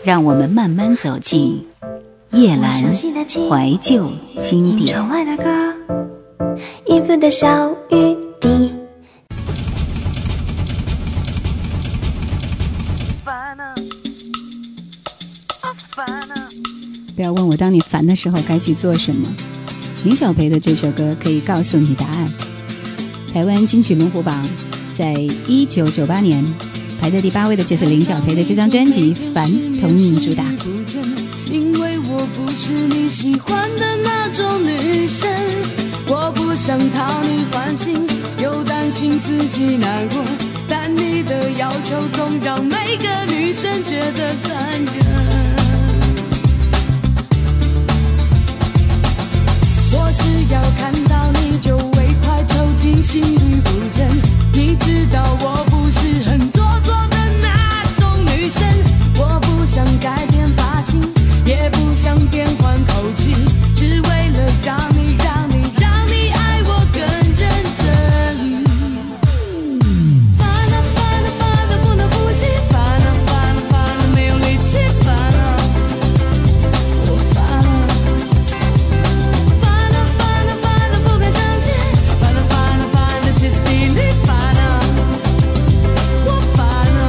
让我们慢慢走进夜阑怀旧经典。 衣服的小雨滴， 不要问我当你烦的时候该去做什么，林小培的这首歌可以告诉你答案。台湾金曲龙虎榜在1998年排在第8位的就是林小培的这张专辑《烦》同名主打。 因为我不是你喜欢的那种女生，我不想讨你欢心，又担心自己难过，但你的要求总让每个女生觉得残忍。我只要看到你就会快抽筋，心律不正，你知道我不是很做作的那种女生，我不想改变发型，也不想变换口气，只为了让你爱我更认真。烦啊烦啊烦啊不能呼吸，烦啊烦啊烦啊没有力气，烦啊我烦啊烦啊烦啊烦啊不敢相信，烦啊烦啊烦啊歇斯底里，烦啊我烦啊。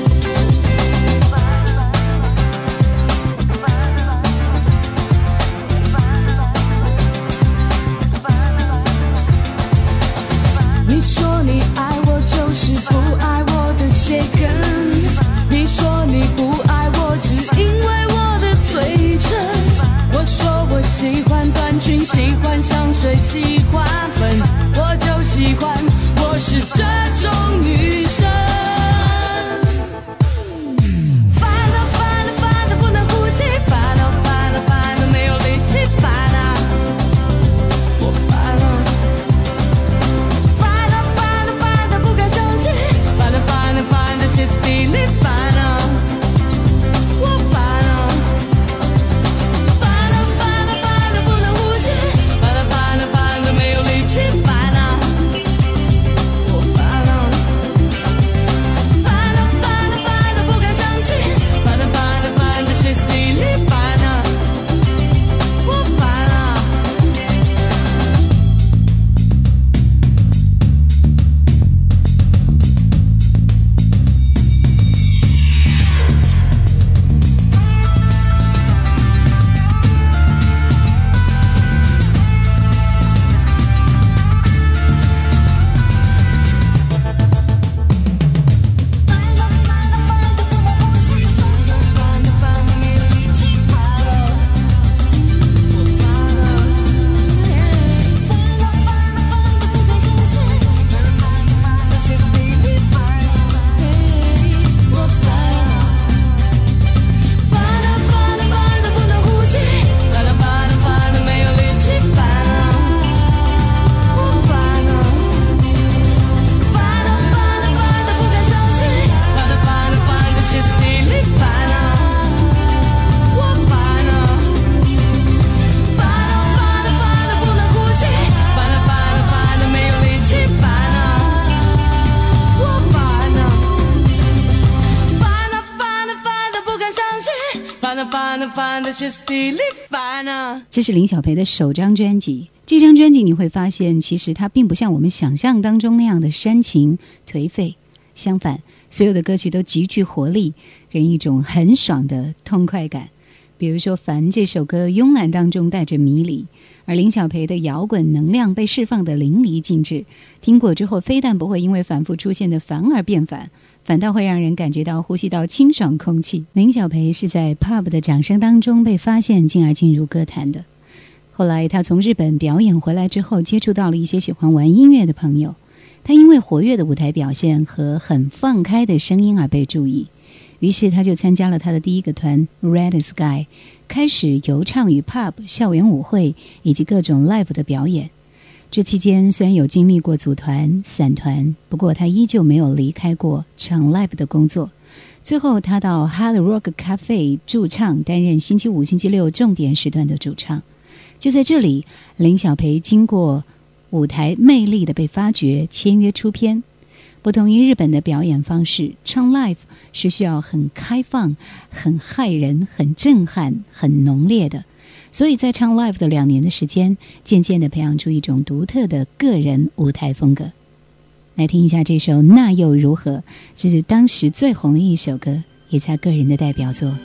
你说你爱我就是不爱我的鞋跟，你说你不爱我只因为我的嘴唇，我说我喜欢短裙，喜欢香水，喜欢粉，我就喜欢，我是这种女生。烦啊烦啊烦啊不能呼吸，烦啊烦啊烦啊没有力气，烦啊我烦啊烦啊烦啊烦啊不敢相信，烦啊烦啊烦啊歇斯底里，烦啊我烦啊烦啊烦啊烦啊不能呼吸，烦啊烦啊烦啊没有力气，烦啊我烦啊烦啊烦啊烦啊不敢相信，烦啊烦啊烦啊歇斯底里，烦啊我烦啊。 这是林小培的首张专辑，这张专辑你会发现其实它并不像我们想象当中那样的煽情颓废，相反所有的歌曲都极具活力，给人一种很爽的痛快感。比如说《烦》这首歌慵懒当中带着迷离，而林小培的摇滚能量被释放得淋漓尽致，听过之后非但不会因为反复出现的烦而变烦，反倒会让人感觉到呼吸到清爽空气。林小培是在 pub 的掌声当中被发现，进而进入歌坛的。后来他从日本表演回来之后，接触到了一些喜欢玩音乐的朋友，他因为活跃的舞台表现和很放开的声音而被注意，于是他就参加了他的第一个团 Red Sky， 开始游唱与 pub 校园舞会以及各种 live 的表演。这期间虽然有经历过组团散团，不过他依旧没有离开过唱 live 的工作。最后他到 Hard Rock Cafe 驻唱，担任星期五星期六重点时段的主唱。就在这里，林小培经过舞台魅力的被发掘，签约出片。 不同于日本的表演方式，唱 live 是需要很开放、很骇人、很震撼、很浓烈的。所以在唱 live 的2年的时间，渐渐地培养出一种独特的个人舞台风格。来听一下这首《那又如何》，这是当时最红的一首歌，也是他个人的代表作。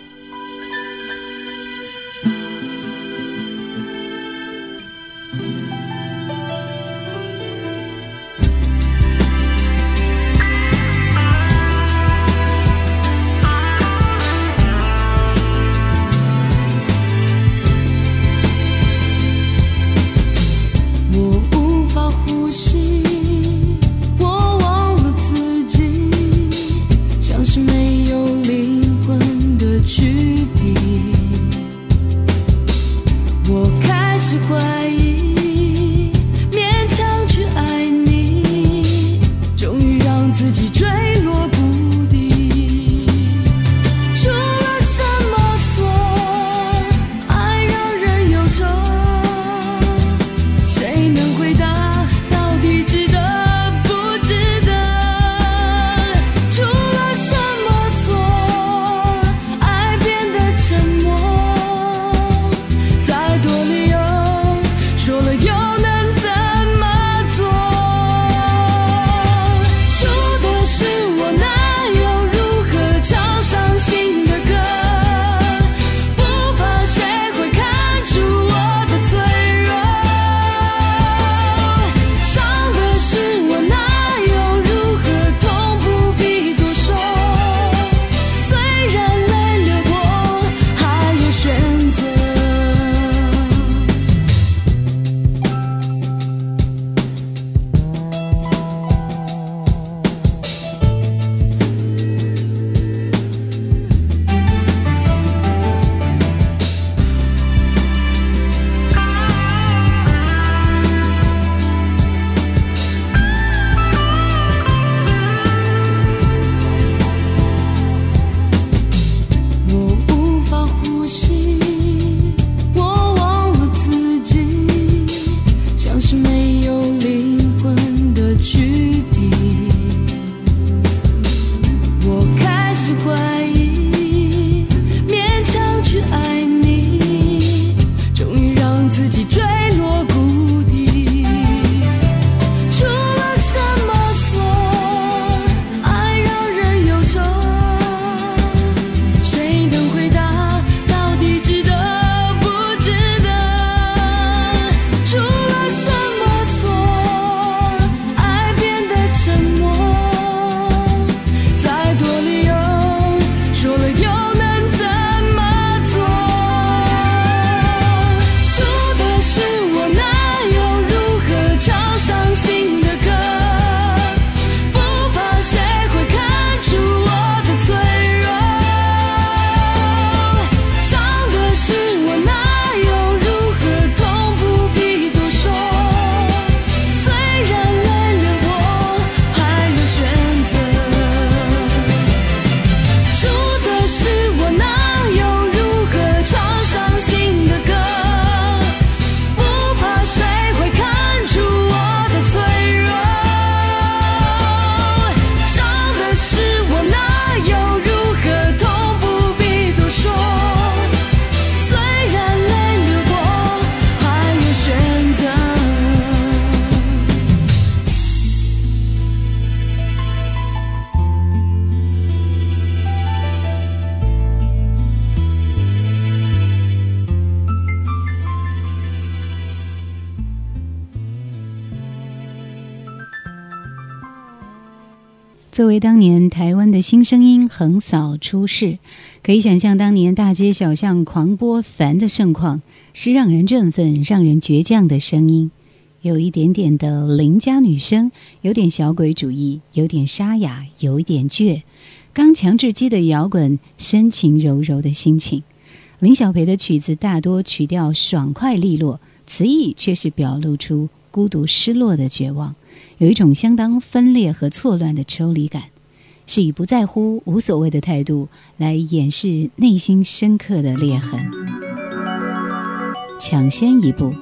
作为当年台湾的新声音横扫出世，可以想象当年大街小巷狂播烦的盛况，是让人振奋、让人倔强的声音，有一点点的邻家女声，有点小鬼主义，有点沙哑，有一点倔，刚强至极的摇滚，深情柔柔的心情。林小培的曲子大多曲调爽快利落，词意却是表露出孤独失落的绝望，有一种相当分裂和错乱的抽离感，是以不在乎无所谓的态度来掩饰内心深刻的裂痕。抢先一步，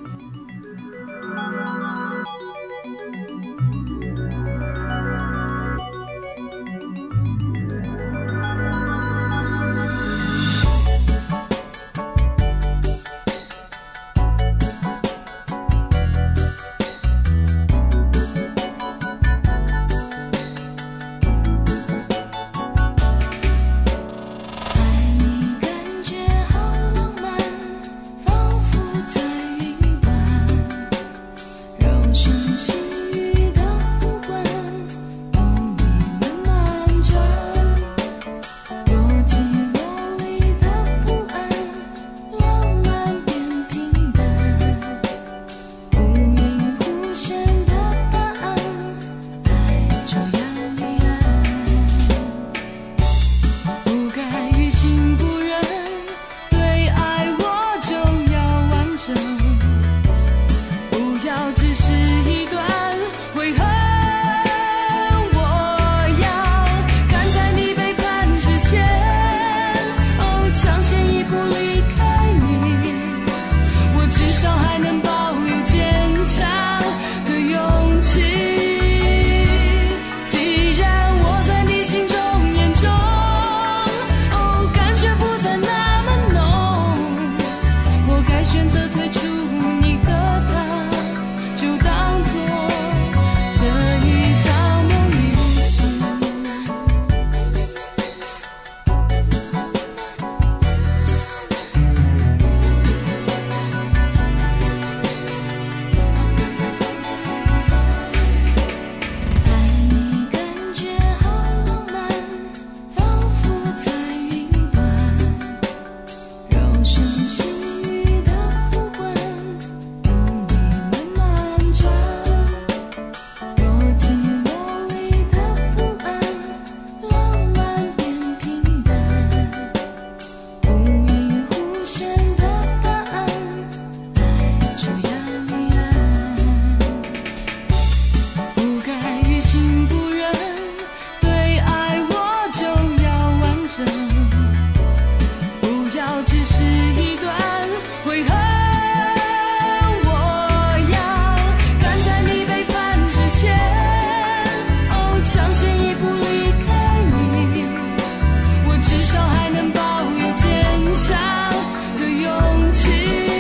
还能保有坚强的勇气。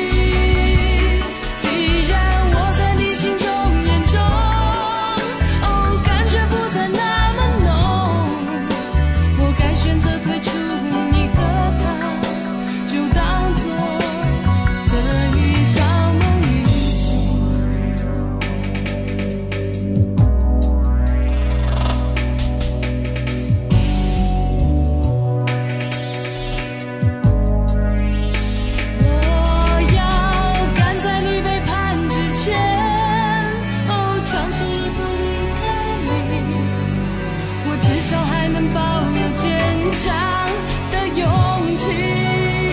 既然我在你心中眼中，哦，感觉不再那么浓，我该选择退出你和他，就当作这一场梦一醒。我要赶在你背叛之前，哦，强行一步离开你，我至少还能保有坚强的勇气。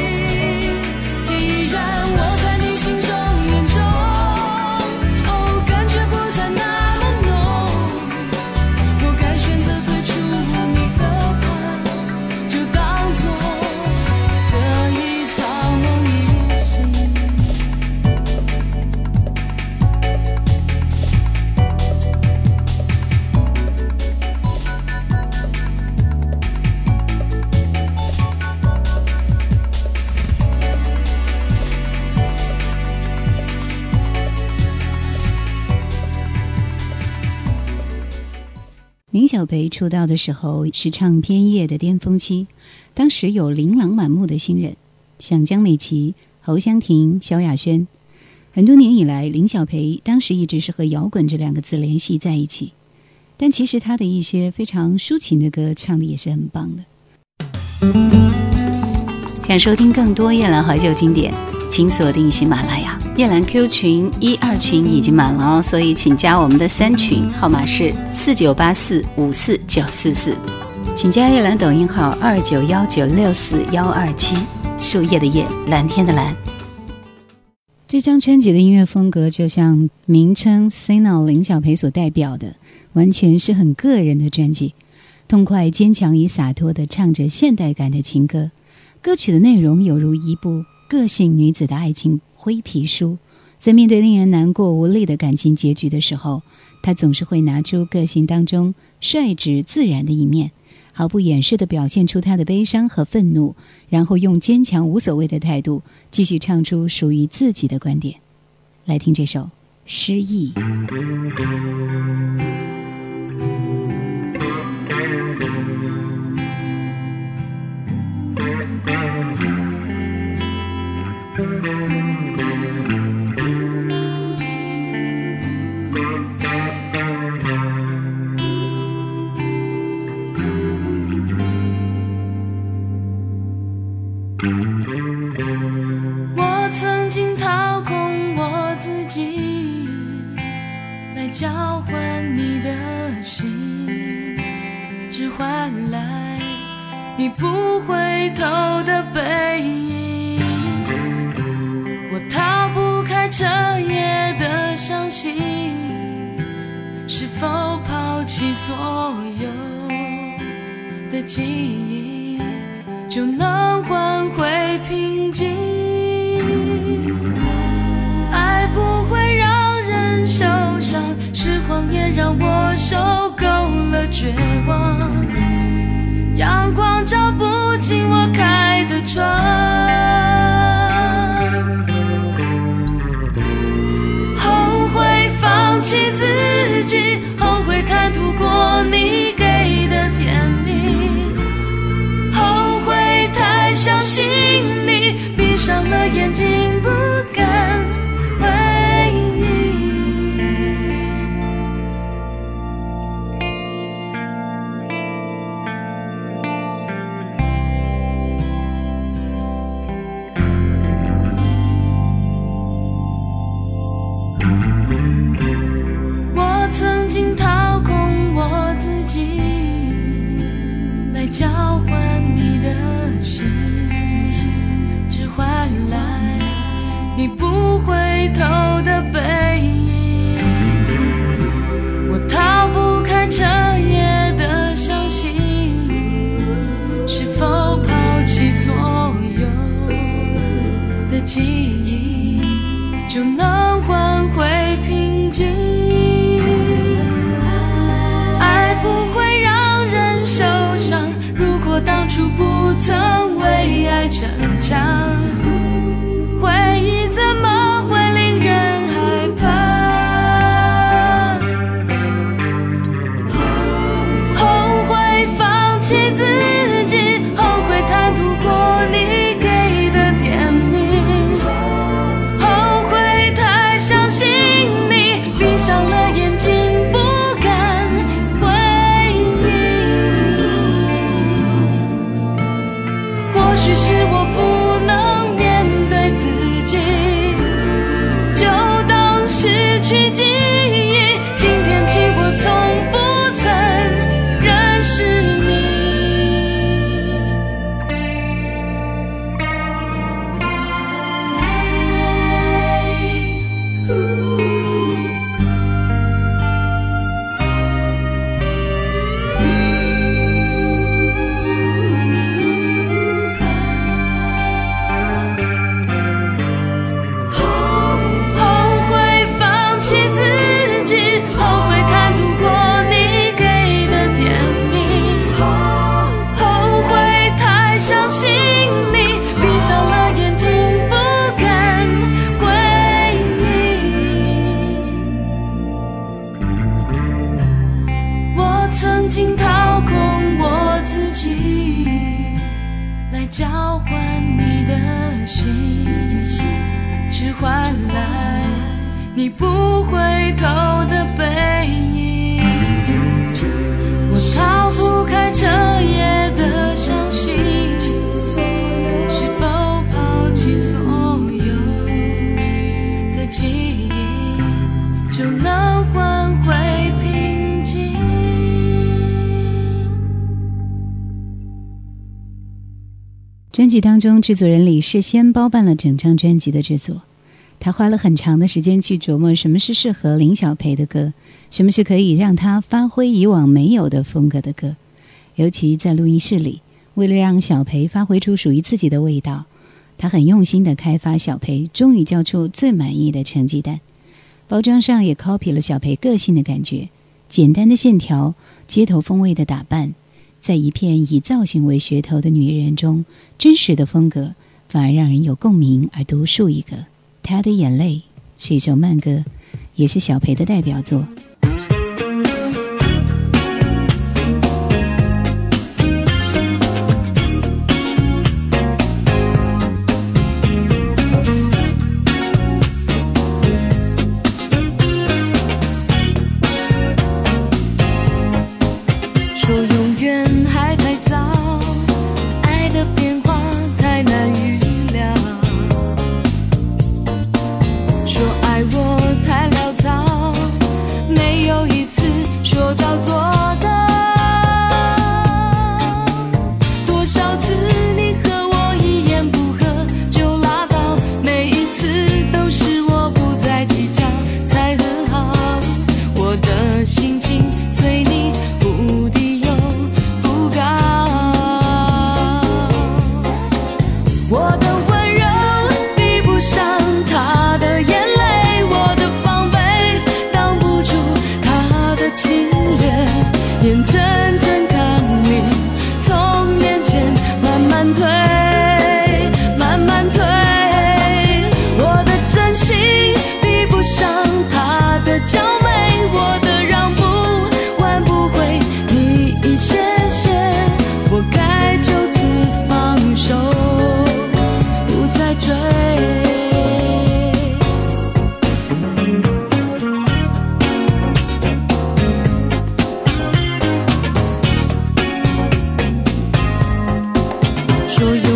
既然我在你心中眼中，哦，感觉不再那么浓，我该选择退出你和他，就当作这一场梦一醒。 林小培出道的时候是唱片业的巅峰期，当时有琳琅满目的新人，像江美琪、侯湘婷、萧亚轩。很多年以来，林小培当时一直是和摇滚这两个字联系在一起，但其实他的一些非常抒情的歌唱的也是很棒的。想收听更多夜兰怀旧经典，请锁定喜马拉雅。夜兰 Q 群1、2群已经满了哦，所以请加我们的3群，号码是4984549944，请加夜兰抖音号2919641127，树叶的叶，蓝天的蓝。这张专辑的音乐风格就像名称 Signal 林小培所代表的，完全是很个人的专辑，痛快坚强与洒脱地唱着现代感的情歌。歌曲的内容有如一部个性女子的爱情灰皮书，在面对令人难过无力的感情结局的时候，她总是会拿出个性当中率直自然的一面，毫不掩饰地表现出她的悲伤和愤怒，然后用坚强无所谓的态度继续唱出属于自己的观点。来听这首《失忆》。 我曾经掏空我自己，来交换你的心，只换来你不回头的背影。我逃不开彻夜的相信，是否抛弃所有的记忆，就能换回平静？爱不会让人受伤，是谎言让我受够了绝望。阳光照不进我开的窗，后悔放弃自己，后悔贪图过你给的甜蜜，后悔太相信你，闭上了眼睛不敢回忆。我曾经掏空我自己，来交换你的心，只换来你不回头的背影。我逃不开彻夜的相信，是否抛弃所有的记忆，就能换回平静？爱不会让人受伤，如果当初不曾许是我不能面对自己，就当失去记忆。今天起我从不曾认识你。曾经掏空我自己，来交换你的心，只换来你不回头的背影。我逃不开彻夜的相信，是否抛弃所有的记忆，就能换回平静。 专辑当中，制作人李事先包办了整张专辑的制作，他花了很长的时间去琢磨什么是适合林小培的歌，什么是可以让他发挥以往没有的风格的歌。尤其在录音室里，为了让小培发挥出属于自己的味道，他很用心地开发小培，终于交出最满意的成绩单。包装上也 copy 了小培个性的感觉，简单的线条，街头风味的打扮，在一片以造型为噱头的女人中，真实的风格反而让人有共鸣而独树一格。她的眼泪是一首慢歌，也是小培的代表作。 说永远还太早，爱的变化太难预料，说爱我太潦草，没有一次说到做到。多少次你和我一言不合就拉倒，每一次都是我不再计较才和好，我的心情随你不低又不高，我的温柔比不上他的眼泪，我的防备挡不住他的侵略，眼睁睁看你从眼前慢慢退，慢慢退，我的真心比不上他的娇媚，我的让步挽不回你一些些，我该就此放手，不再追。说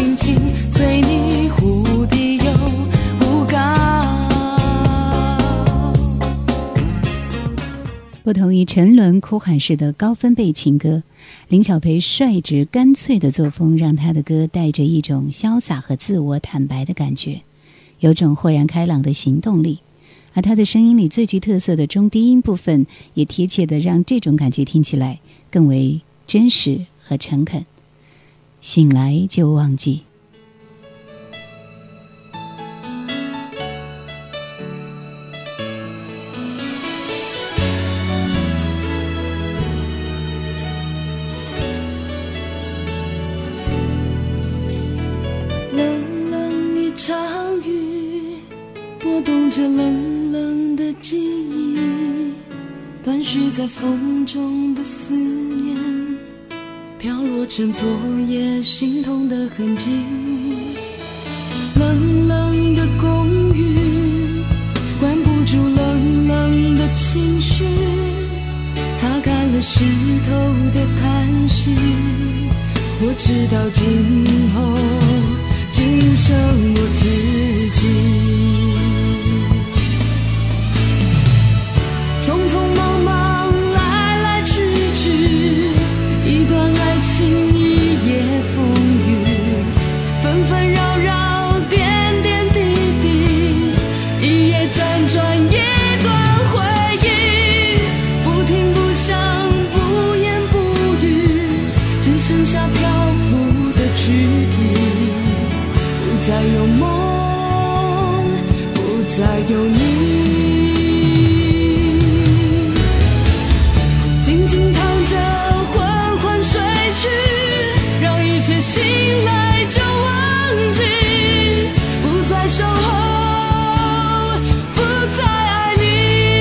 心情随你忽低又忽高。 不同于沉沦哭喊式的高分贝情歌，林小培率直干脆的作风让他的歌带着一种潇洒和自我坦白的感觉，有种豁然开朗的行动力。而他的声音里最具特色的中低音部分也贴切地让这种感觉听起来更为真实和诚恳。醒来就忘记。 冷冷一场雨，拨动着冷冷的记忆，断续在风中的思念，飘落成昨夜心痛的痕迹。冷冷的公寓，关不住冷冷的情绪，擦干了湿透的叹息。我知道今后只剩我自己。匆匆忙忙来来去去，一段爱情一夜风雨，纷纷扰扰点点滴滴，一夜辗转一段回忆，不听不想不言不语，只剩下漂浮的躯体。不再有梦，不再有你，静静躺着缓缓睡去，让一切醒来就忘记，不再守候，不再爱你。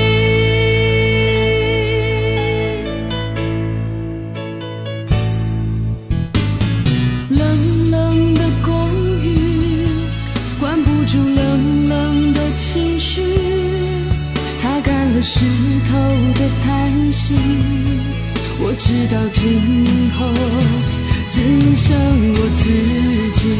冷冷的公寓，关不住冷冷的情绪，擦干了湿透的叹息。我知道今后只剩我自己。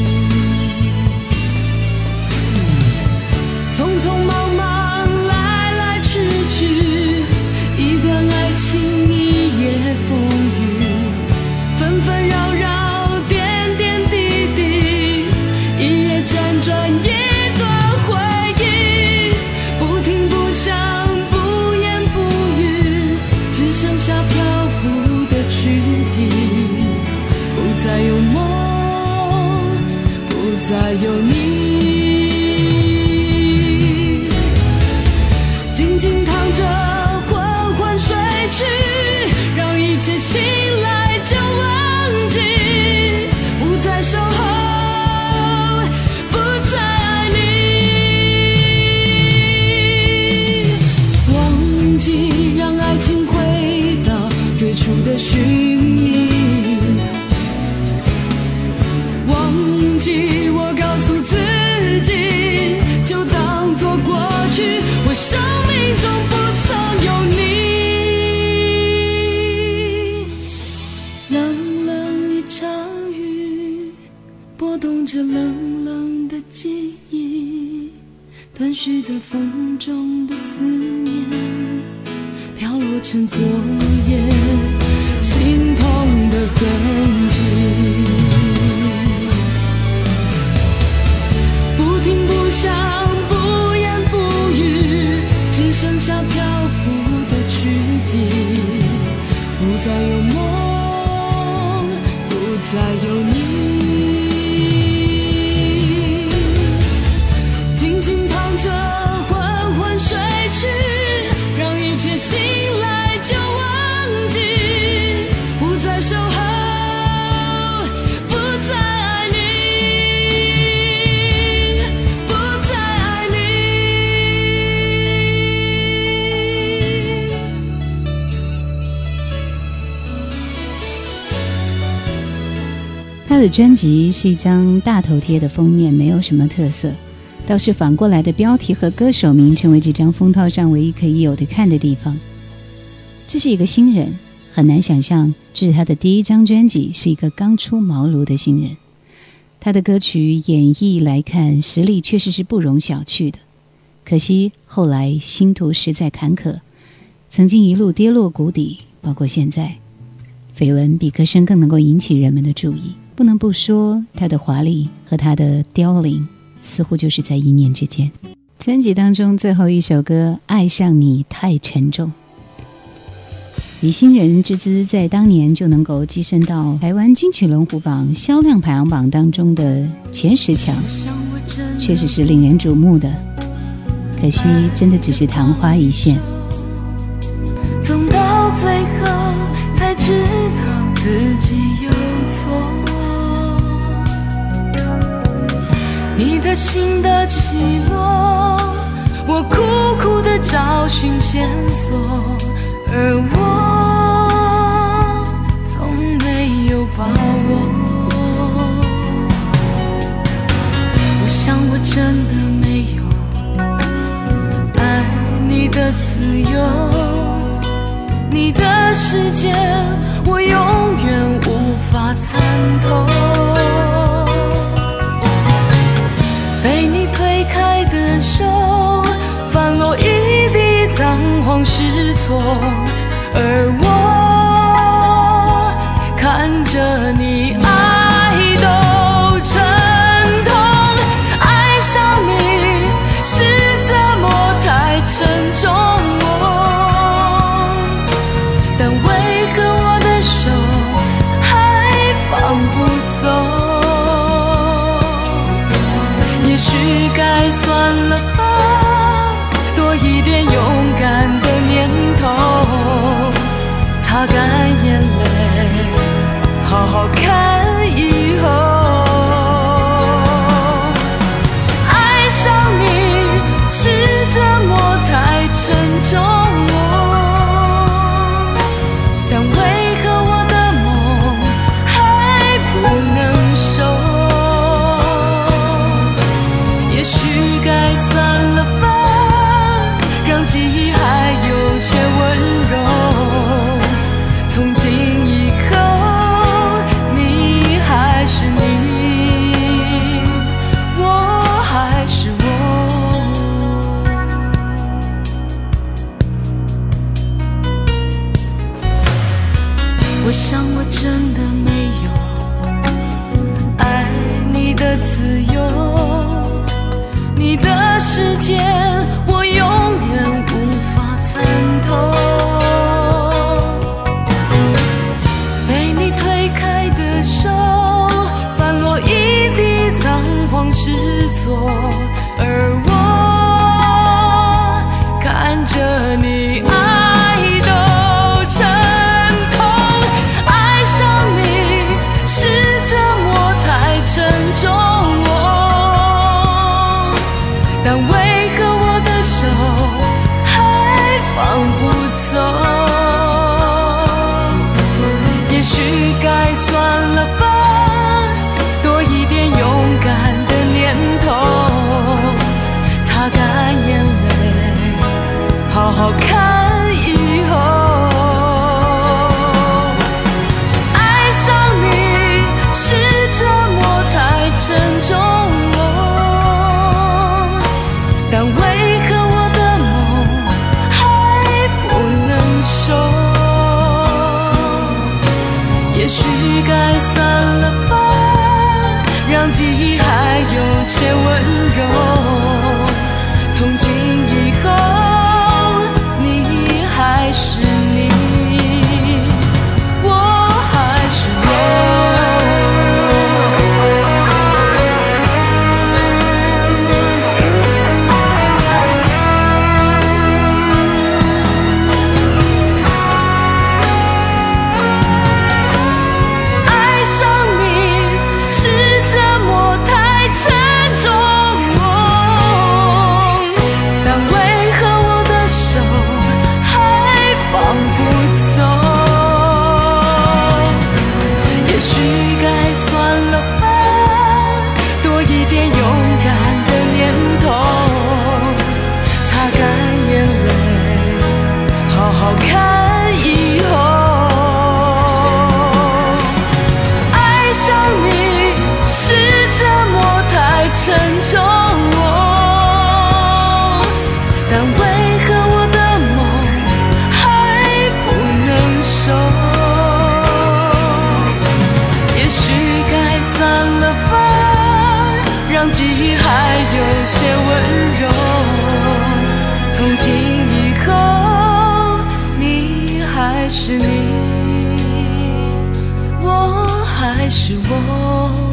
匆匆忙忙来来去去，一段爱情一夜风雨，纷纷扰扰点点滴滴，一夜辗转一段回忆，不听不想不言不语，只剩下漂浮的躯体。不再有梦，不再有你，静静躺着缓缓睡去，让一切醒来就忘记，不再守候，不再爱你。忘记让爱情回到最初的寻觅，忘记我告诉自己，就当作过去，我生命中不曾有你。冷冷一场雨，拨动着冷冷的记忆，断续在风中的思念，飘落成昨夜心痛的痕迹。不听不想不言不语，只剩下漂浮的躯体。不再有梦，不再有你，静静躺着缓缓睡去，让一切醒来就忘记，不再守候，不再爱你，不再爱你。 他的专辑是一张大头贴的封面，没有什么特色，倒是反过来的标题和歌手名成为这张封套上唯一可以有的看的地方。这是一个新人，很难想象这是他的第一张专辑，是一个刚出茅庐的新人。 他的歌曲演绎来看，实力确实是不容小觑的。可惜后来星途实在坎坷，曾经一路跌落谷底，包括现在，绯闻比歌声更能够引起人们的注意。不能不说，他的华丽和他的凋零，似乎就是在一念之间。专辑当中最后一首歌《爱上你太沉重》，以新人之姿在当年就能够跻身到台湾金曲龙虎榜销量排行榜当中的前10强，确实是令人瞩目的。可惜真的只是昙花一现， 总到最后才知道自己有错。你的心的起落，我苦苦地找寻线索，而我从没有把握。我想我真的没有爱你的自由，你的世界我永远无法参透。被你推开的手，翻落一地仓皇失措，而我看着你爱都沉痛。爱上你是折磨太沉重，但为何我的手还放不走？也许该算了吧，多一点勇敢的念头，擦干眼泪，好好看以后。爱上你是折磨太沉重，但为何我的梦还不能收？也许该算了吧，让记忆还有些温柔。从今以后，你还是你，我还是我。我想我真的没有爱你的自由，你的世界我永远无法参透。被你推开的手，翻落一地仓皇失措，而我看着你爱都沉痛。爱上你是折磨太沉重，但为何我的手还放不走？也许该算了吧，多一点勇敢的念头，擦干眼泪，好好看以后。爱上你是折磨太沉重，但为何我的梦还不能收？也许该算了吧，让记忆还有些温柔。从今以后，你还是你，我还是我。爱上你是折磨太沉重， 些温柔。从今以后，你还是你，我还是我。